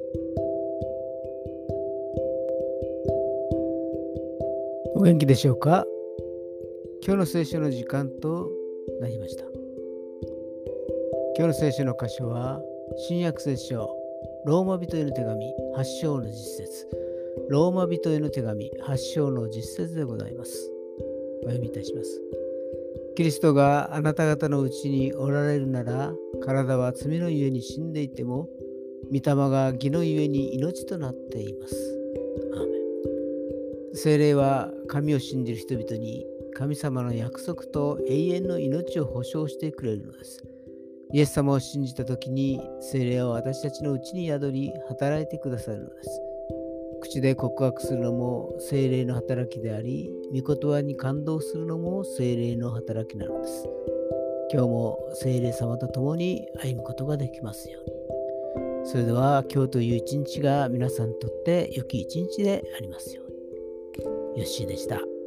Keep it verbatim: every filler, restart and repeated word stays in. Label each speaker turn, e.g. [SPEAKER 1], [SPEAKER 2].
[SPEAKER 1] お元気でしょうか。今日の聖書の時間となりました。今日の聖書の箇所は新約聖書ローマ人への手紙はち章の実節。ローマ人への手紙はち章の実節でございます。お読みいたします。キリストがあなた方のうちにおられるなら、体は罪のゆえに死んでいても、御霊が義のゆえに命となっています。アーメン。聖霊は神を信じる人々に神様の約束と永遠の命を保証してくれるのです。イエス様を信じたときに聖霊は私たちのうちに宿り働いてくださるのです。口で告白するのも聖霊の働きであり、御言葉に感動するのも聖霊の働きなのです。今日も聖霊様と共に歩むことができますように。それでは今日という一日が皆さんにとって良き一日でありますように。ヨッシーでした。